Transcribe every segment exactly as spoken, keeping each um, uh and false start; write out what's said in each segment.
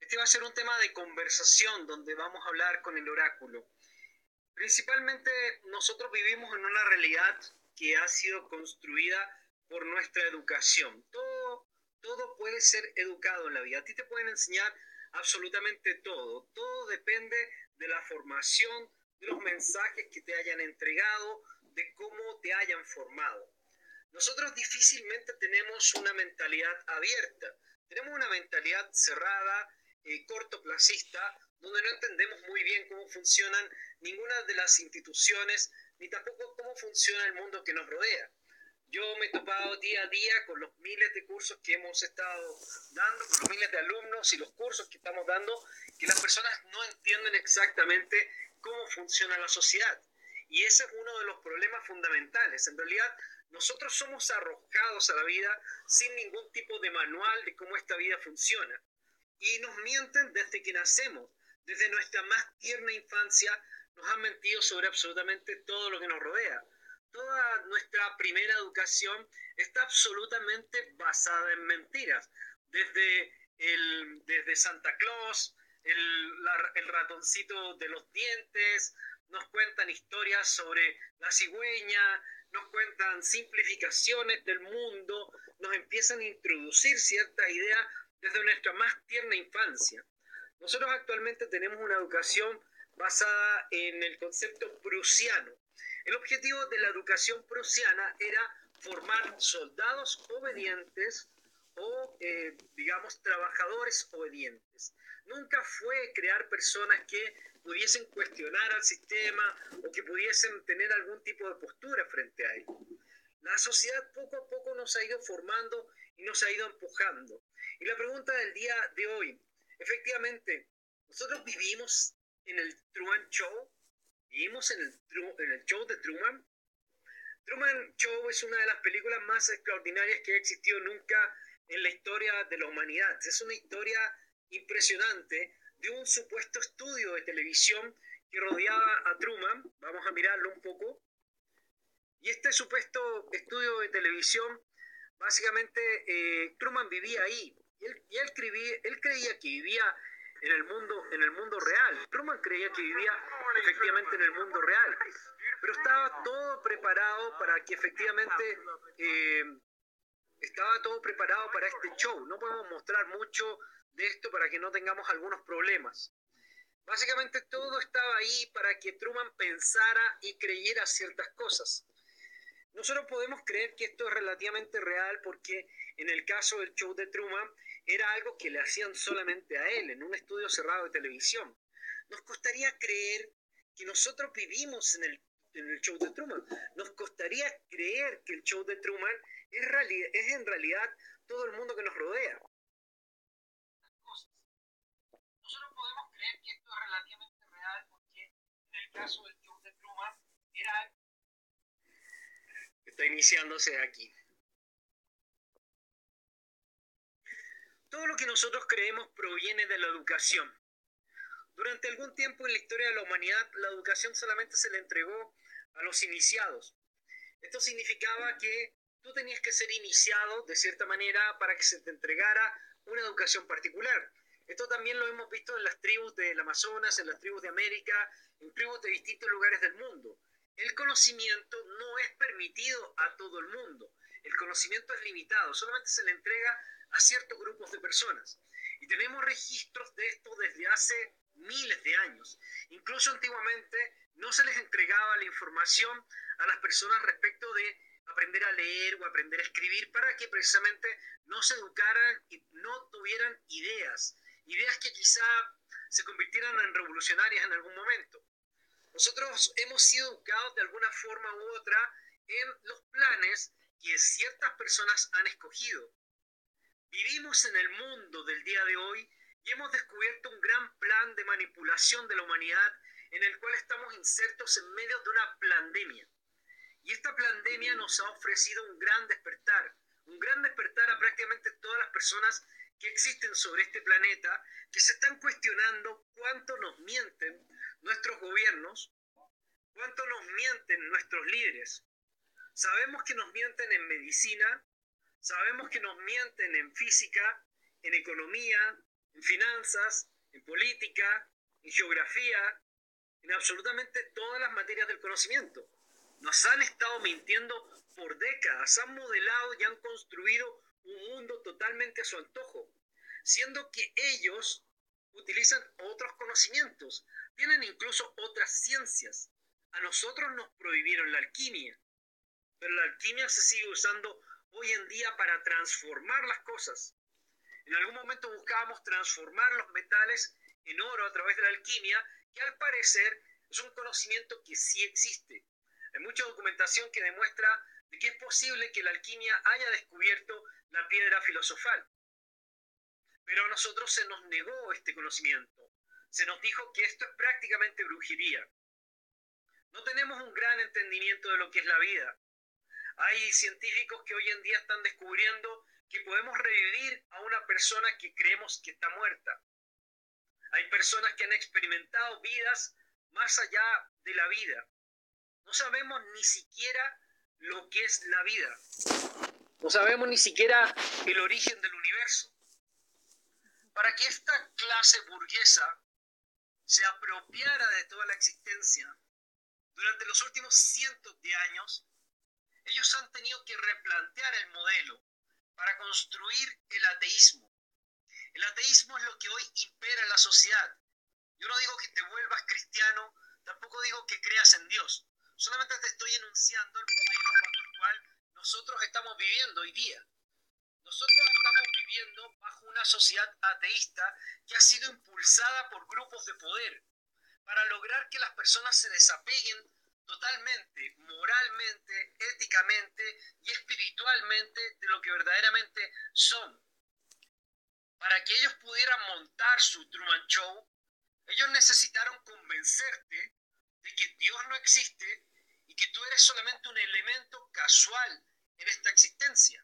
Este va a ser un tema de conversación donde vamos a hablar con el oráculo. Principalmente nosotros vivimos en una realidad que ha sido construida por nuestra educación. Todo, todo puede ser educado en la vida. A ti te pueden enseñar absolutamente todo. Todo depende de la formación, de los mensajes que te hayan entregado, de cómo te hayan formado. Nosotros difícilmente tenemos una mentalidad abierta. Tenemos una mentalidad cerrada, eh, cortoplacista, donde no entendemos muy bien cómo funcionan ninguna de las instituciones, ni tampoco cómo funciona el mundo que nos rodea. Yo me he topado día a día con los miles de cursos que hemos estado dando, con los miles de alumnos y los cursos que estamos dando, que las personas no entienden exactamente cómo funciona la sociedad. Y ese es uno de los problemas fundamentales. En realidad, nosotros somos arrojados a la vida sin ningún tipo de manual de cómo esta vida funciona. Y nos mienten desde que nacemos. Desde nuestra más tierna infancia nos han mentido sobre absolutamente todo lo que nos rodea. Toda nuestra primera educación está absolutamente basada en mentiras. Desde, el, desde Santa Claus, el, la, el ratoncito de los dientes, nos cuentan historias sobre la cigüeña, nos cuentan simplificaciones del mundo, nos empiezan a introducir ciertas ideas desde nuestra más tierna infancia. Nosotros actualmente tenemos una educación basada en el concepto prusiano. El objetivo de la educación prusiana era formar soldados obedientes o, eh, digamos, trabajadores obedientes. Nunca fue crear personas que pudiesen cuestionar al sistema o que pudiesen tener algún tipo de postura frente a él. La sociedad poco a poco nos ha ido formando y nos ha ido empujando. Y la pregunta del día de hoy, efectivamente, nosotros vivimos en el Truman Show, vivimos en el, en el show de Truman. Truman Show es una de las películas más extraordinarias que ha existido nunca en la historia de la humanidad. Es una historia impresionante de un supuesto estudio de televisión que rodeaba a Truman. Vamos a mirarlo un poco. Y este supuesto estudio de televisión, básicamente eh, Truman vivía ahí. Y él, y él, creía, él creía que vivía en el mundo, en el mundo real. Truman creía que vivía efectivamente en el mundo real. Pero estaba todo preparado para que efectivamente eh, estaba todo preparado para este show. No podemos mostrar mucho de esto para que no tengamos algunos problemas. Básicamente todo estaba ahí para que Truman pensara y creyera ciertas cosas. Nosotros podemos creer que esto es relativamente real porque en el caso del show de Truman era algo que le hacían solamente a él en un estudio cerrado de televisión. Nos costaría creer que nosotros vivimos en el, en el show de Truman. Nos costaría creer que el show de Truman es, reali- es en realidad todo el mundo que nos rodea. Nosotros podemos creer que esto es relativamente real porque en el caso del show de Truman era... Está iniciándose aquí. Todo lo que nosotros creemos proviene de la educación. Durante algún tiempo en la historia de la humanidad, la educación solamente se le entregó a los iniciados. Esto significaba que tú tenías que ser iniciado de cierta manera para que se te entregara una educación particular. Esto también lo hemos visto en las tribus del Amazonas, en las tribus de América, en tribus de distintos lugares del mundo. El conocimiento no es permitido a todo el mundo. El conocimiento es limitado, solamente se le entrega a ciertos grupos de personas. Y tenemos registros de esto desde hace miles de años. Incluso antiguamente no se les entregaba la información a las personas respecto de aprender a leer o aprender a escribir para que precisamente no se educaran y no tuvieran ideas. Ideas que quizá se convirtieran en revolucionarias en algún momento. Nosotros hemos sido educados de alguna forma u otra en los planes que ciertas personas han escogido. Vivimos en el mundo del día de hoy y hemos descubierto un gran plan de manipulación de la humanidad en el cual estamos insertos en medio de una pandemia. Y esta pandemia nos ha ofrecido un gran despertar, un gran despertar a prácticamente todas las personas que existen sobre este planeta, que se están cuestionando cuánto nos mienten nuestros gobiernos, cuánto nos mienten nuestros líderes. Sabemos que nos mienten en medicina, sabemos que nos mienten en física, en economía, en finanzas, en política, en geografía, en absolutamente todas las materias del conocimiento. Nos han estado mintiendo por décadas, han modelado y han construido un mundo totalmente a su antojo, siendo que ellos utilizan otros conocimientos, tienen incluso otras ciencias. A nosotros nos prohibieron la alquimia, pero la alquimia se sigue usando hoy en día para transformar las cosas. En algún momento buscábamos transformar los metales en oro a través de la alquimia, que al parecer es un conocimiento que sí existe. Hay mucha documentación que demuestra de que es posible que la alquimia haya descubierto la piedra filosofal. Pero a nosotros se nos negó este conocimiento. Se nos dijo que esto es prácticamente brujería. No tenemos un gran entendimiento de lo que es la vida. Hay científicos que hoy en día están descubriendo que podemos revivir a una persona que creemos que está muerta. Hay personas que han experimentado vidas más allá de la vida. No sabemos ni siquiera lo que es la vida. No sabemos ni siquiera el origen del universo. Para que esta clase burguesa se apropiara de toda la existencia, durante los últimos cientos de años, ellos han tenido que replantear el modelo para construir el ateísmo. El ateísmo es lo que hoy impera en la sociedad. Yo no digo que te vuelvas cristiano, tampoco digo que creas en Dios. Solamente te estoy enunciando el modelo bajo el cual nosotros estamos viviendo hoy día. Nosotros estamos viviendo bajo una sociedad ateísta que ha sido impulsada por grupos de poder para lograr que las personas se desapeguen totalmente, moralmente, éticamente y espiritualmente de lo que verdaderamente son. Para que ellos pudieran montar su Truman Show, ellos necesitaron convencerte de que Dios no existe y que tú eres solamente un elemento casual en esta existencia.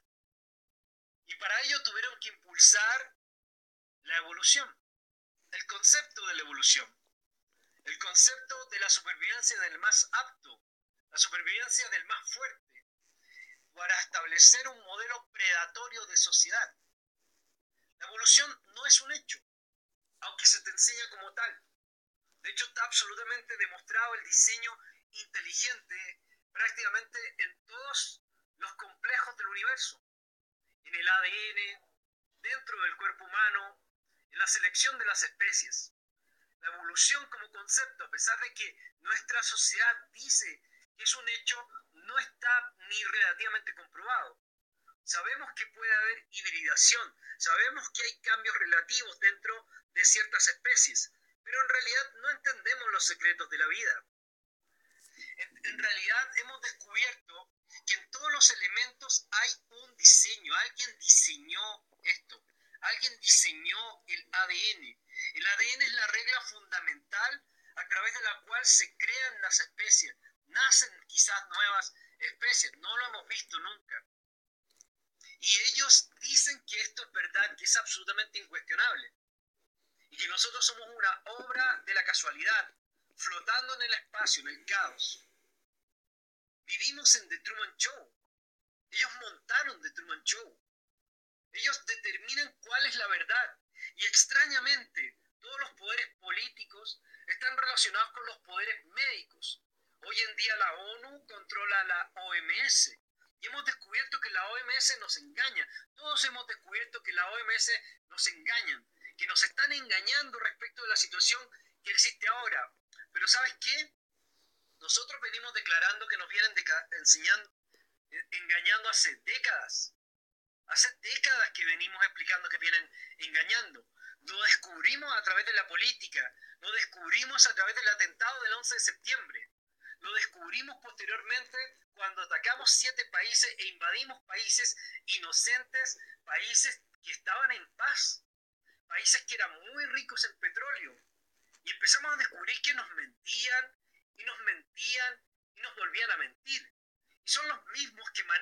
Y para ello tuvieron que impulsar la evolución, el concepto de la evolución, el concepto de la supervivencia del más apto, la supervivencia del más fuerte, para establecer un modelo predatorio de sociedad. La evolución no es un hecho, aunque se te enseña como tal. De hecho, está absolutamente demostrado el diseño inteligente prácticamente en todos los complejos del universo. En el A D N, dentro del cuerpo humano, en la selección de las especies. La evolución como concepto, a pesar de que nuestra sociedad dice que es un hecho, no está ni relativamente comprobado. Sabemos que puede haber hibridación, sabemos que hay cambios relativos dentro de ciertas especies, pero en realidad no entendemos los secretos de la vida. En, en realidad hemos descubierto que en todos los elementos hay un diseño, alguien diseñó esto, alguien diseñó el A D N. El A D N es la regla fundamental a través de la cual se crean las especies, nacen quizás nuevas especies, no lo hemos visto nunca. Y ellos dicen que esto es verdad, que es absolutamente incuestionable. Y que nosotros somos una obra de la casualidad, flotando en el espacio, en el caos. Vivimos en The Truman Show. Ellos montaron The Truman Show. Ellos determinan cuál es la verdad. Y extrañamente, todos los poderes políticos están relacionados con los poderes médicos. Hoy en día la ONU controla la O M S. Y hemos descubierto que la O M S nos engaña. Todos hemos descubierto que la O M S nos engañan. Que nos están engañando respecto de la situación que existe ahora. Pero ¿sabes qué? Nosotros venimos declarando que nos vienen enseñando, engañando hace décadas. Hace décadas que venimos explicando que vienen engañando. Lo descubrimos a través de la política. Lo descubrimos a través del atentado del once de septiembre. Lo descubrimos posteriormente cuando atacamos siete países e invadimos países inocentes, países que estaban en paz, países que eran muy ricos en petróleo. Y empezamos a descubrir que nos mentían, y nos mentían, y nos volvían a mentir. Y son los mismos que manejan